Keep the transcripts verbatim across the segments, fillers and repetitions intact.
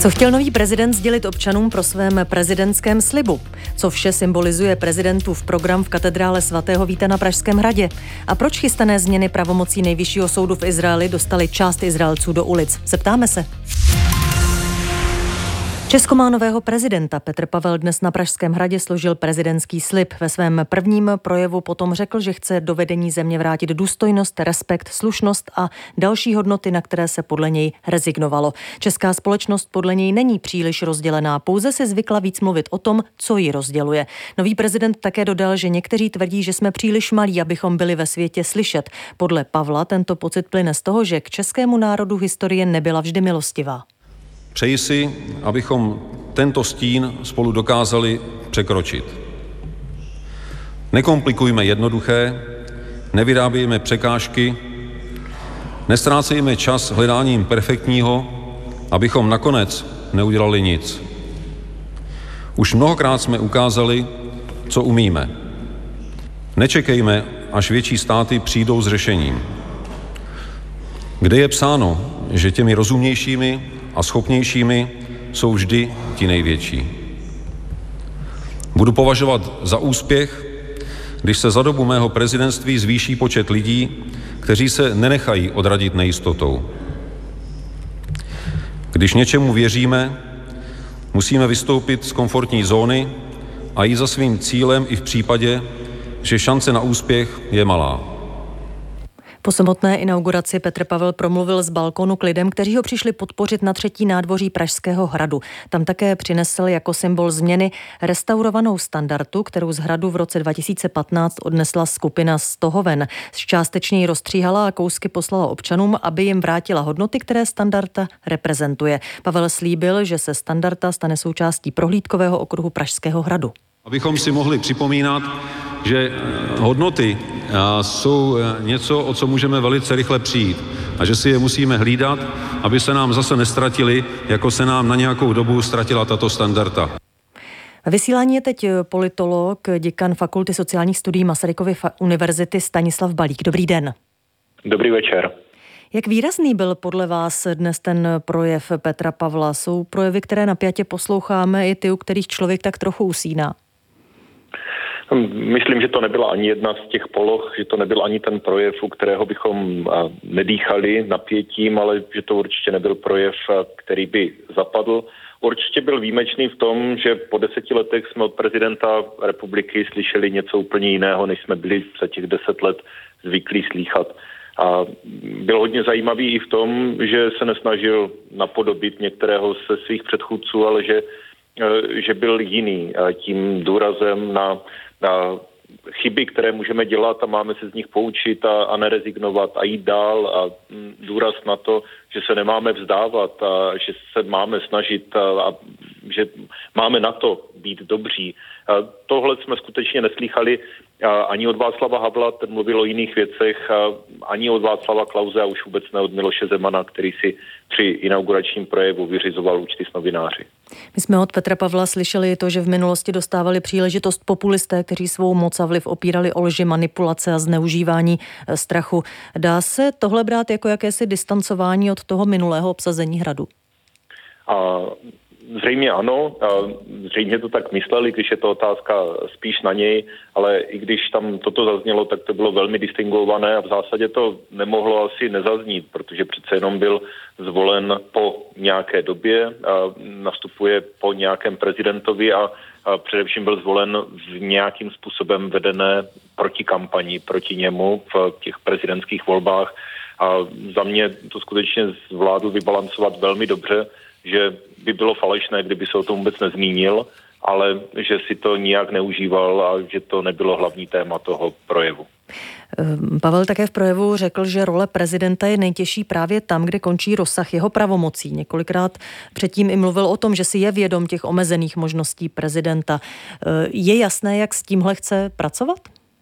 Co chtěl nový prezident sdělit občanům pro svém prezidentském slibu? Co vše symbolizuje prezidentův program v katedrále svatého Víta na Pražském hradě? A proč chystané změny pravomocí Nejvyššího soudu v Izraeli dostali část Izraelců do ulic? Zeptáme se. Česko má nového prezidenta. Petr Pavel dnes na Pražském hradě složil prezidentský slib. Ve svém prvním projevu potom řekl, že chce do vedení země vrátit důstojnost, respekt, slušnost a další hodnoty, na které se podle něj rezignovalo. Česká společnost podle něj není příliš rozdělená, pouze se zvykla víc mluvit o tom, co ji rozděluje. Nový prezident také dodal, že někteří tvrdí, že jsme příliš malí, abychom byli ve světě slyšet. Podle Pavla tento pocit plyne z toho, že k českému národu historie nebyla vždy milostivá. Přeji si, abychom tento stín spolu dokázali překročit. Nekomplikujme jednoduché, nevyrábějme překážky, nestrácejme čas hledáním perfektního, abychom nakonec neudělali nic. Už mnohokrát jsme ukázali, co umíme. Nečekejme, až větší státy přijdou s řešením. Kde je psáno, že těmi rozumnějšími a schopnějšími jsou vždy ti největší. Budu považovat za úspěch, když se za dobu mého prezidentství zvýší počet lidí, kteří se nenechají odradit nejistotou. Když něčemu věříme, musíme vystoupit z komfortní zóny a jít za svým cílem i v případě, že šance na úspěch je malá. Po samotné inauguraci Petr Pavel promluvil z balkonu k lidem, kteří ho přišli podpořit na třetí nádvoří Pražského hradu. Tam také přinesl jako symbol změny restaurovanou standardu, kterou z hradu v roce dva tisíce patnáct odnesla skupina Stohoven. Částečně ji rozstříhala a kousky poslala občanům, aby jim vrátila hodnoty, které standarda reprezentuje. Pavel slíbil, že se standarda stane součástí prohlídkového okruhu Pražského hradu. Abychom si mohli připomínat, že hodnoty jsou něco, o co můžeme velice rychle přijít a že si je musíme hlídat, aby se nám zase nestratili, jako se nám na nějakou dobu ztratila tato standarda. Ve vysílání je teď politolog, děkan Fakulty sociálních studií Masarykovy univerzity Stanislav Balík. Dobrý den. Dobrý večer. Jak výrazný byl podle vás dnes ten projev Petra Pavla? Jsou projevy, které napjatě posloucháme, i ty, u kterých člověk tak trochu usíná? Myslím, že to nebyla ani jedna z těch poloh, že to nebyl ani ten projev, u kterého bychom nedýchali napětím, ale že to určitě nebyl projev, který by zapadl. Určitě byl výjimečný v tom, že po deseti letech jsme od prezidenta republiky slyšeli něco úplně jiného, než jsme byli za těch deset let zvyklí slýchat. A byl hodně zajímavý i v tom, že se nesnažil napodobit některého ze svých předchůdců, ale že, že byl jiný tím důrazem na na chyby, které můžeme dělat a máme se z nich poučit a, a nerezignovat a jít dál a důraz na to, že se nemáme vzdávat a že se máme snažit a, a že máme na to být dobří. A tohle jsme skutečně neslýchali ani od Václava Havla, ten mluvil o jiných věcech, ani od Václava Klause a už vůbec ne od Miloše Zemana, který si při inauguračním projevu vyřizoval účty s novináři. My jsme od Petra Pavla slyšeli to, že v minulosti dostávali příležitost populisté, kteří svou moc a vliv opírali o lži, manipulace a zneužívání strachu. Dá se tohle brát jako jakési distancování od toho minulého obsazení hradu? A zřejmě ano, a zřejmě to tak mysleli, když je to otázka spíš na něj, ale i když tam toto zaznělo, tak to bylo velmi distinguované a v zásadě to nemohlo asi nezaznít, protože přece jenom byl zvolen po nějaké době, a nastupuje po nějakém prezidentovi a, a především byl zvolen v nějakým způsobem vedené proti kampani, proti němu v těch prezidentských volbách a za mě to skutečně zvládl vybalancovat velmi dobře, že by bylo falešné, kdyby se o tom vůbec nezmínil, ale že si to nijak neužíval a že to nebylo hlavní téma toho projevu. Pavel také v projevu řekl, že role prezidenta je nejtěžší právě tam, kde končí rozsah jeho pravomocí. Několikrát předtím i mluvil o tom, že si je vědom těch omezených možností prezidenta. Je jasné, jak s tímhle chce pracovat?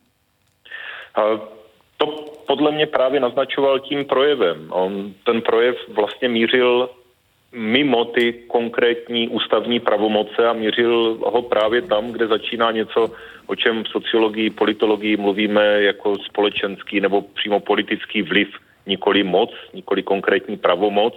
To podle mě právě naznačoval tím projevem. On ten projev vlastně mířil mimo ty konkrétní ústavní pravomoce a měřil ho právě tam, kde začíná něco, o čem v sociologii, politologii mluvíme jako společenský nebo přímo politický vliv, nikoli moc, nikoli konkrétní pravomoc.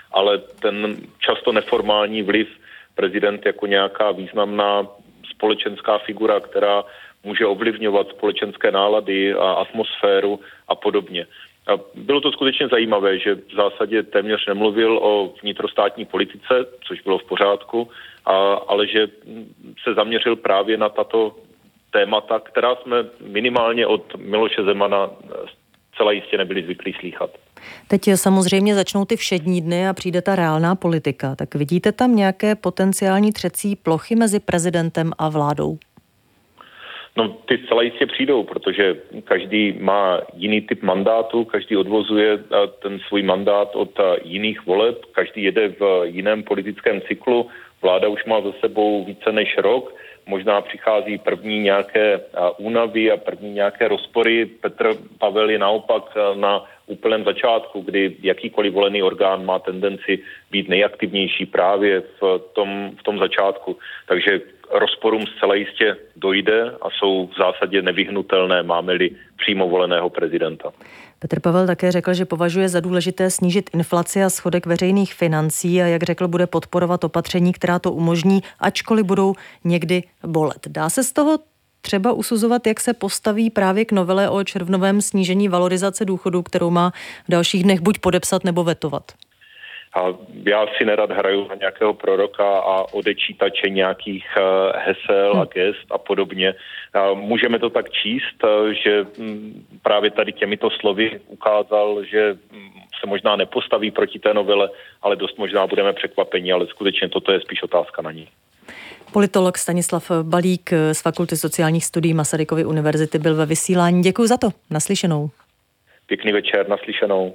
ale ten často neformální vliv prezident jako nějaká významná společenská figura, která může ovlivňovat společenské nálady a atmosféru a podobně. A bylo to skutečně zajímavé, že v zásadě téměř nemluvil o vnitrostátní politice, což bylo v pořádku, a, ale že se zaměřil právě na tato témata, která jsme minimálně od Miloše Zemana celá jistě nebyli zvyklí slýchat. Teď samozřejmě začnou ty všední dny a přijde ta reálná politika. Tak vidíte tam nějaké potenciální třecí plochy mezi prezidentem a vládou? No, ty celá jistě přijdou, protože každý má jiný typ mandátu, každý odvozuje ten svůj mandát od jiných voleb, každý jede v jiném politickém cyklu. Vláda už má za sebou více než rok, možná přichází první nějaké únavy a první nějaké rozpory. Petr Pavel je naopak na úplném začátku, kdy jakýkoliv volený orgán má tendenci být nejaktivnější právě v tom, v tom začátku. Takže rozporům zcela jistě dojde a jsou v zásadě nevyhnutelné, máme-li přímo voleného prezidenta. Petr Pavel také řekl, že považuje za důležité snížit inflaci a schodek veřejných financí a jak řekl, bude podporovat opatření, která to umožní, ačkoliv budou někdy bolet. Dá se z toho třeba usuzovat, jak se postaví právě k novele o červnovém snížení valorizace důchodu, kterou má v dalších dnech buď podepsat nebo vetovat? A já si nerad hraju na nějakého proroka a odečítače nějakých hesel a gest a podobně. Můžeme to tak číst, že právě tady těmito slovy ukázal, že se možná nepostaví proti té novele, ale dost možná budeme překvapeni, ale skutečně toto je spíš otázka na ní. Politolog Stanislav Balík z Fakulty sociálních studií Masarykovy univerzity byl ve vysílání. Děkuji za to. Naslyšenou. Pěkný večer, naslyšenou.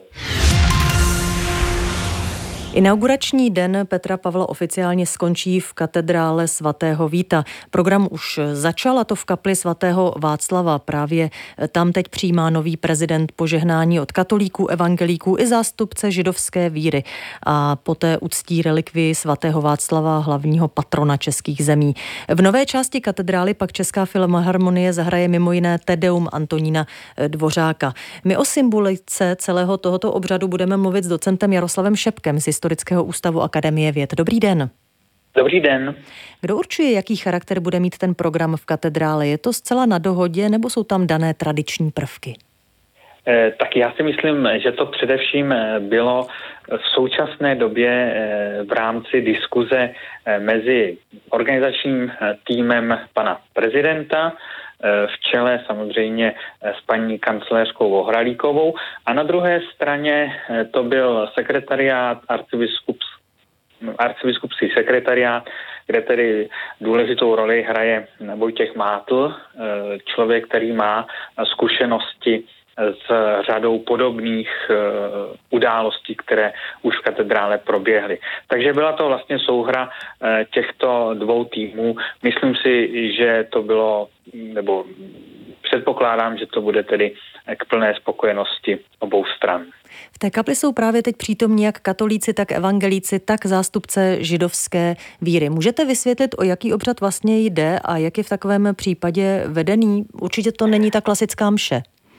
Inaugurační den Petra Pavla oficiálně skončí v katedrále svatého Víta. Program už začal, a to v kapli svatého Václava. Právě tam teď přijímá nový prezident požehnání od katolíků, evangelíků i zástupce židovské víry. A poté uctí relikvii svatého Václava, hlavního patrona českých zemí. V nové části katedrály pak Česká filharmonie zahraje mimo jiné Te Deum Antonína Dvořáka. My o symbolice celého tohoto obřadu budeme mluvit s docentem Jaroslavem Šepkem z Historického ústavu Akademie věd. Dobrý den. Dobrý den. Kdo určuje, jaký charakter bude mít ten program v katedrále? Je to zcela na dohodě, nebo jsou tam dané tradiční prvky? Eh, tak já si myslím, že to především bylo v současné době eh, v rámci diskuze eh, mezi organizačním týmem pana prezidenta, v čele samozřejmě s paní kancléřkou Vohralíkovou, a na druhé straně to byl sekretariát, arcibiskups, arcibiskupský sekretariát, kde tedy důležitou roli hraje Vojtěch Mátl, člověk, který má zkušenosti s řadou podobných uh, událostí, které už v katedrále proběhly. Takže byla to vlastně souhra uh, těchto dvou týmů. Myslím si, že to bylo, nebo předpokládám, že to bude tedy k plné spokojenosti obou stran. V té kapli jsou právě teď přítomní jak katolíci, tak evangelíci, tak zástupce židovské víry. Můžete vysvětlit, o jaký obřad vlastně jde a jak je v takovém případě vedený? Určitě to není ta klasická mše.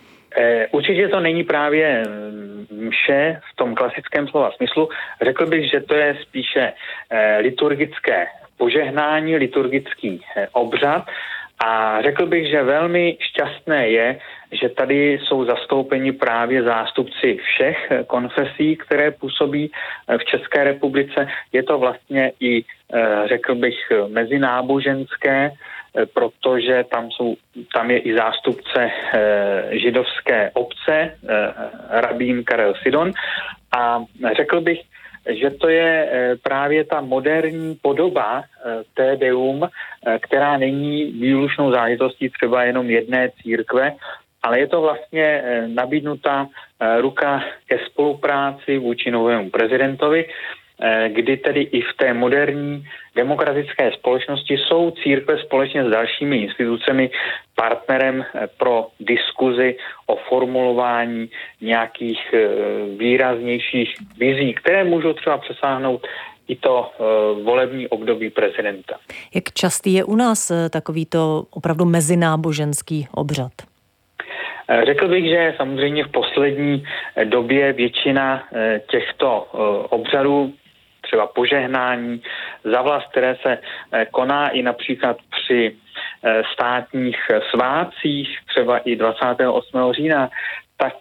Určitě to není právě mše v tom klasickém slova smyslu. Řekl bych, že to je spíše liturgické požehnání, liturgický obřad, a řekl bych, že velmi šťastné je, že tady jsou zastoupeni právě zástupci všech konfesí, které působí v České republice. Je to vlastně i, řekl bych, mezináboženské, protože tam, jsou, tam je i zástupce eh, židovské obce, eh, rabín Karel Sidon, a řekl bych, že to je eh, právě ta moderní podoba eh, Te Deum, eh, která není výlučnou záležitostí třeba jenom jedné církve, ale je to vlastně eh, nabídnutá eh, ruka ke spolupráci vůči novému prezidentovi, kdy tedy i v té moderní demokratické společnosti jsou církve společně s dalšími institucemi partnerem pro diskuzi o formulování nějakých výraznějších vizí, které můžou třeba přesáhnout i to volební období prezidenta. Jak častý je u nás takovýto opravdu mezináboženský obřad? Řekl bych, že samozřejmě v poslední době většina těchto obřadů, třeba požehnání za vlast, které se koná i například při státních svátcích, třeba i dvacátého osmého října, tak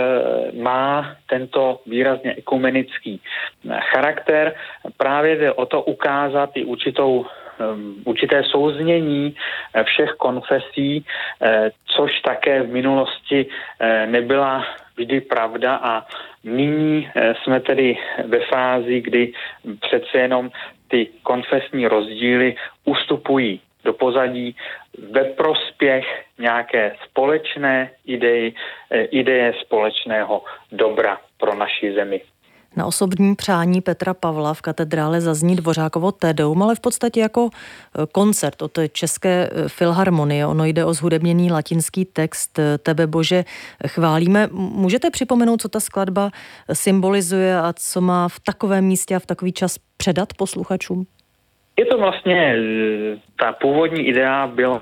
má tento výrazně ekumenický charakter. Právě jde o to ukázat i určitou určité souznění všech konfesí, což také v minulosti nebyla vždy pravda a nyní jsme tedy ve fázi, kdy přece jenom ty konfesní rozdíly ustupují do pozadí ve prospěch nějaké společné ideji, ideje společného dobra pro naši zemi. Na osobní přání Petra Pavla v katedrále zazní Dvořákovo Tédeum, ale v podstatě jako koncert od České filharmonie. Ono jde o zhudebněný latinský text Tebe Bože chválíme. Můžete připomenout, co ta skladba symbolizuje a co má v takovém místě a v takový čas předat posluchačům? Je to vlastně, ta původní idea byla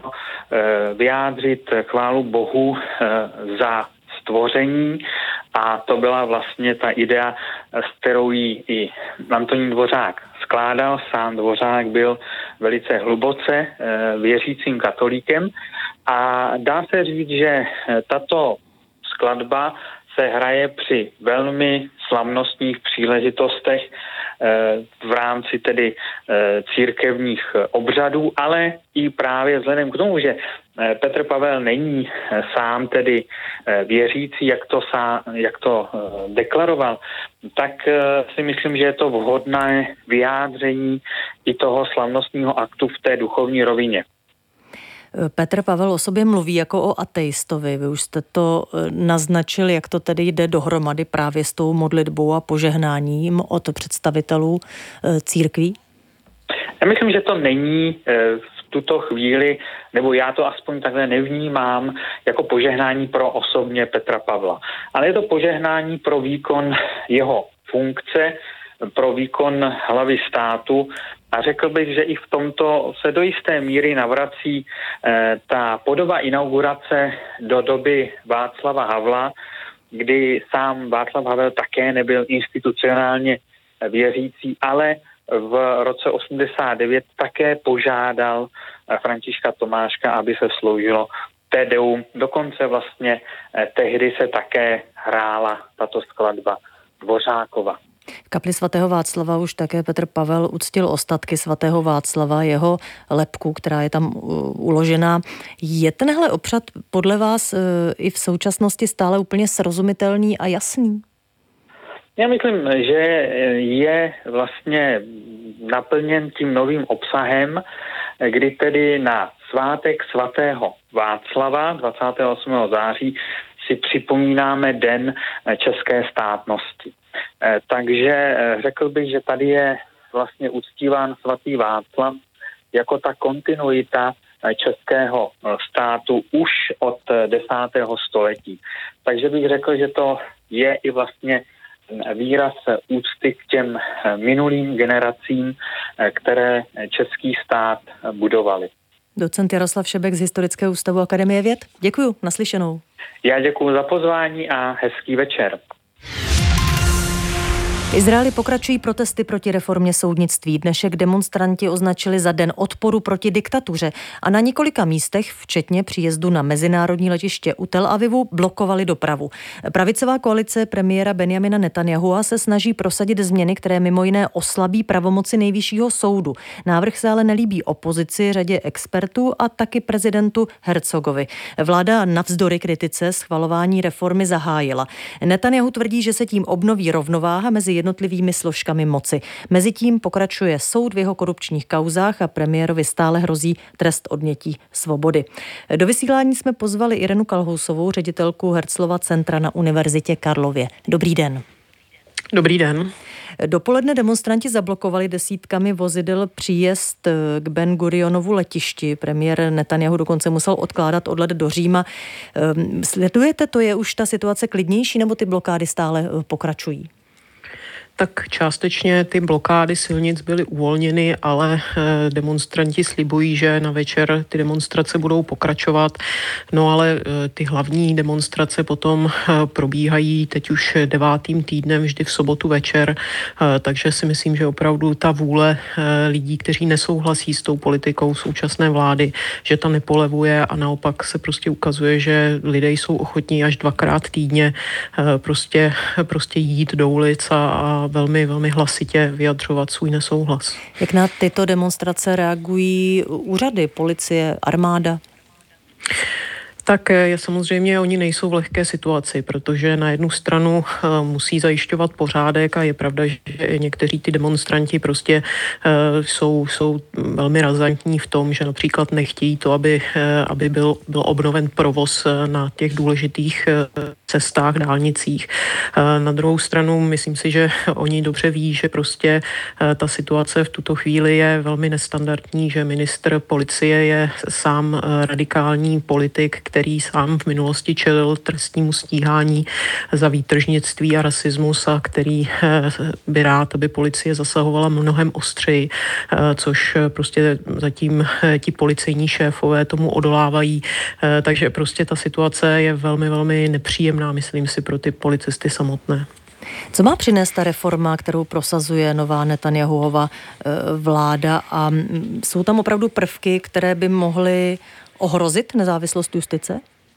vyjádřit chválu Bohu za stvoření a to byla vlastně ta idea, s kterou ji i Antonín Dvořák skládal. Sám Dvořák byl velice hluboce věřícím katolíkem a dá se říct, že tato skladba se hraje při velmi slavnostních příležitostech v rámci tedy církevních obřadů, ale i právě vzhledem k tomu, že Petr Pavel není sám tedy věřící, jak to, sám, jak to deklaroval, tak si myslím, že je to vhodné vyjádření i toho slavnostního aktu v té duchovní rovině. Petr Pavel o sobě mluví jako o ateistovi. Vy už jste to naznačil, jak to tedy jde dohromady právě s tou modlitbou a požehnáním od představitelů církví? Já myslím, že to není v tuto chvíli, nebo já to aspoň takhle nevnímám jako požehnání pro osobně Petra Pavla. Ale je to požehnání pro výkon jeho funkce, pro výkon hlavy státu a řekl bych, že i v tomto se do jisté míry navrací eh, ta podoba inaugurace do doby Václava Havla, kdy sám Václav Havel také nebyl institucionálně věřící, ale v roce osmdesát devět také požádal Františka Tomáška, aby se sloužilo Tédeum. Dokonce vlastně eh, tehdy se také hrála tato skladba Dvořákova. V kapli svatého Václava už také Petr Pavel uctil ostatky svatého Václava, jeho lebku, která je tam uložená. Je tenhle obřad podle vás i v současnosti stále úplně srozumitelný a jasný? Já myslím, že je vlastně naplněn tím novým obsahem, kdy tedy na svátek svatého Václava dvacátého osmého září si připomínáme Den české státnosti. Takže řekl bych, že tady je vlastně uctíván svatý Václav jako ta kontinuita českého státu už od desátého století. Takže bych řekl, že to je i vlastně výraz úcty k těm minulým generacím, které český stát budovali. Docent Jaroslav Šebek z Historického ústavu Akademie věd. Děkuju, naslyšenou. Já děkuju za pozvání a hezký večer. V Izraeli pokračují protesty proti reformě soudnictví. Dnešek demonstranti označili za den odporu proti diktatuře a na několika místech, včetně příjezdu na mezinárodní letiště u Tel Avivu, blokovali dopravu. Pravicová koalice premiéra Benjamina Netanyahua se snaží prosadit změny, které mimo jiné oslabí pravomoci nejvyššího soudu. Návrh se ale nelíbí opozici, řadě expertů a taky prezidentu Herzogovi. Vláda navzdory kritice schvalování reformy zahájila. Netanyahu tvrdí, že se tím obnoví rovnováha mezi jednotlivými složkami moci. Mezitím pokračuje soud v jeho korupčních kauzách a premiérovi stále hrozí trest odnětí svobody. Do vysílání jsme pozvali Irenu Kalhousovou, ředitelku Herzlova centra na Univerzitě Karlově. Dobrý den. Dobrý den. Dopoledne demonstranti zablokovali desítkami vozidel příjezd k Ben Gurionovu letišti. Premiér Netanyahu dokonce musel odkládat odlet do Říma. Sledujete to, je už ta situace klidnější, nebo ty blokády stále pokračují? Tak částečně ty blokády silnic byly uvolněny, ale demonstranti slibují, že na večer ty demonstrace budou pokračovat. No ale ty hlavní demonstrace potom probíhají teď už devátým týdnem vždy v sobotu večer, takže si myslím, že opravdu ta vůle lidí, kteří nesouhlasí s tou politikou současné vlády, že ta nepolevuje a naopak se prostě ukazuje, že lidé jsou ochotní až dvakrát týdně prostě, prostě jít do ulic a, a velmi, velmi hlasitě vyjadřovat svůj nesouhlas. Jak na tyto demonstrace reagují úřady, policie, armáda? Tak je samozřejmě, oni nejsou v lehké situaci, protože na jednu stranu musí zajišťovat pořádek a je pravda, že někteří ty demonstranti prostě jsou, jsou velmi razantní v tom, že například nechtějí to, aby, aby byl, byl obnoven provoz na těch důležitých cestách, dálnicích. Na druhou stranu myslím si, že oni dobře ví, že prostě ta situace v tuto chvíli je velmi nestandardní, že ministr policie je sám radikální politik, který sám v minulosti čelil trestnímu stíhání za výtržnictví a rasismus a který by rád, aby policie zasahovala mnohem ostřeji, což prostě zatím ti policejní šéfové tomu odolávají. Takže prostě ta situace je velmi, velmi nepříjemná, myslím si, pro ty policisty samotné. Co má přinést ta reforma, kterou prosazuje nová Netanjahujova vláda, a jsou tam opravdu prvky, které by mohly ohrozit nezávislost justice?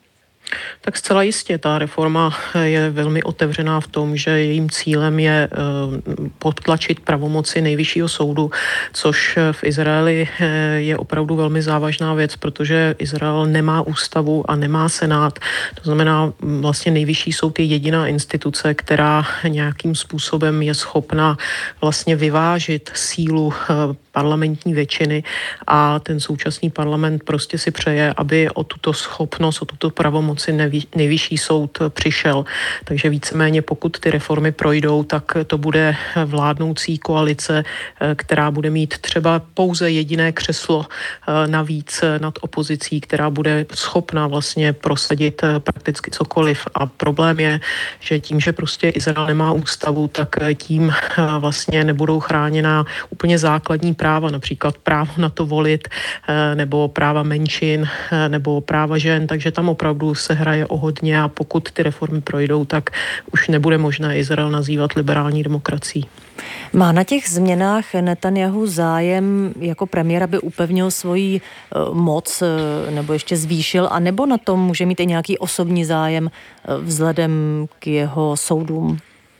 Tak zcela jistě, ta reforma je velmi otevřená v tom, že jejím cílem je potlačit pravomoci nejvyššího soudu, což v Izraeli je opravdu velmi závažná věc, protože Izrael nemá ústavu a nemá senát. To znamená, vlastně nejvyšší soud je jediná instituce, která nějakým způsobem je schopna vlastně vyvážit sílu parlamentní většiny a ten současný parlament prostě si přeje, aby o tuto schopnost, o tuto pravomoci nejvyšší soud přišel. Takže víceméně pokud ty reformy projdou, tak to bude vládnoucí koalice, která bude mít třeba pouze jediné křeslo navíc nad opozicí, která bude schopna vlastně prosadit prakticky cokoliv. A problém je, že tím, že prostě Izrael nemá ústavu, tak tím vlastně nebudou chráněna úplně základní práva, například právo na to volit, nebo práva menšin, nebo práva žen, takže tam opravdu se hraje o hodně a pokud ty reformy projdou, tak už nebude možné Izrael nazývat liberální demokracií. Má na těch změnách Netanjahu zájem jako premiér, aby upevnil svoji moc nebo ještě zvýšil, a nebo na tom může mít i nějaký osobní zájem vzhledem k jeho soudům?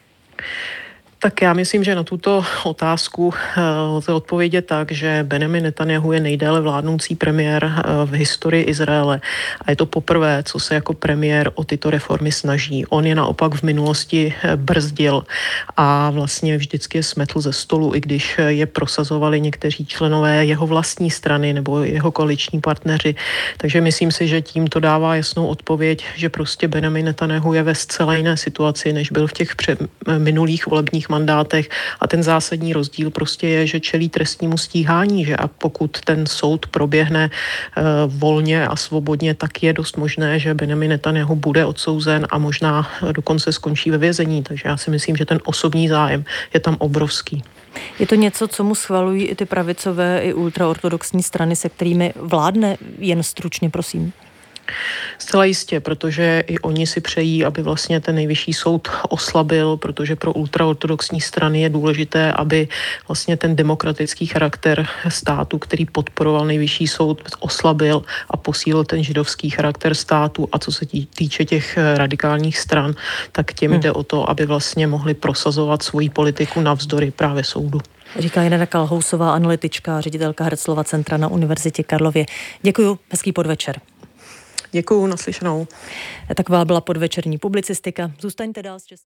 Tak já myslím, že na tuto otázku lze odpovědět tak, že Benjamin Netanjahu je nejdéle vládnoucí premiér v historii Izraele a je to poprvé, co se jako premiér o tyto reformy snaží. On je naopak v minulosti brzdil a vlastně vždycky je smetl ze stolu, i když je prosazovali někteří členové jeho vlastní strany nebo jeho koaliční partneři. Takže myslím si, že tím to dává jasnou odpověď, že prostě Benjamin Netanjahu je ve zcela jiné situaci, než byl v těch před minulých volebních mandátech a ten zásadní rozdíl prostě je, že čelí trestnímu stíhání, že a pokud ten soud proběhne uh, volně a svobodně, tak je dost možné, že Benjamin Netanjahu bude odsouzen a možná dokonce skončí ve vězení. Takže já si myslím, že ten osobní zájem je tam obrovský. Je to něco, co mu schvalují i ty pravicové, i ultraortodoxní strany, se kterými vládne? Jen stručně, prosím. Zcela jistě, protože i oni si přejí, aby vlastně ten nejvyšší soud oslabil, protože pro ultraortodoxní strany je důležité, aby vlastně ten demokratický charakter státu, který podporoval nejvyšší soud, oslabil a posílil ten židovský charakter státu. A co se týče těch radikálních stran, tak těm hmm. jde o to, aby vlastně mohli prosazovat svoji politiku navzdory právě soudu. Říká Jana Kalhousová, analytička, ředitelka Herzlova centra na Univerzitě Karlově. Děkuju, hezký podvečer. Děkuju, naslyšenou. Taková byla podvečerní publicistika. Zůstaňte dál s Českou.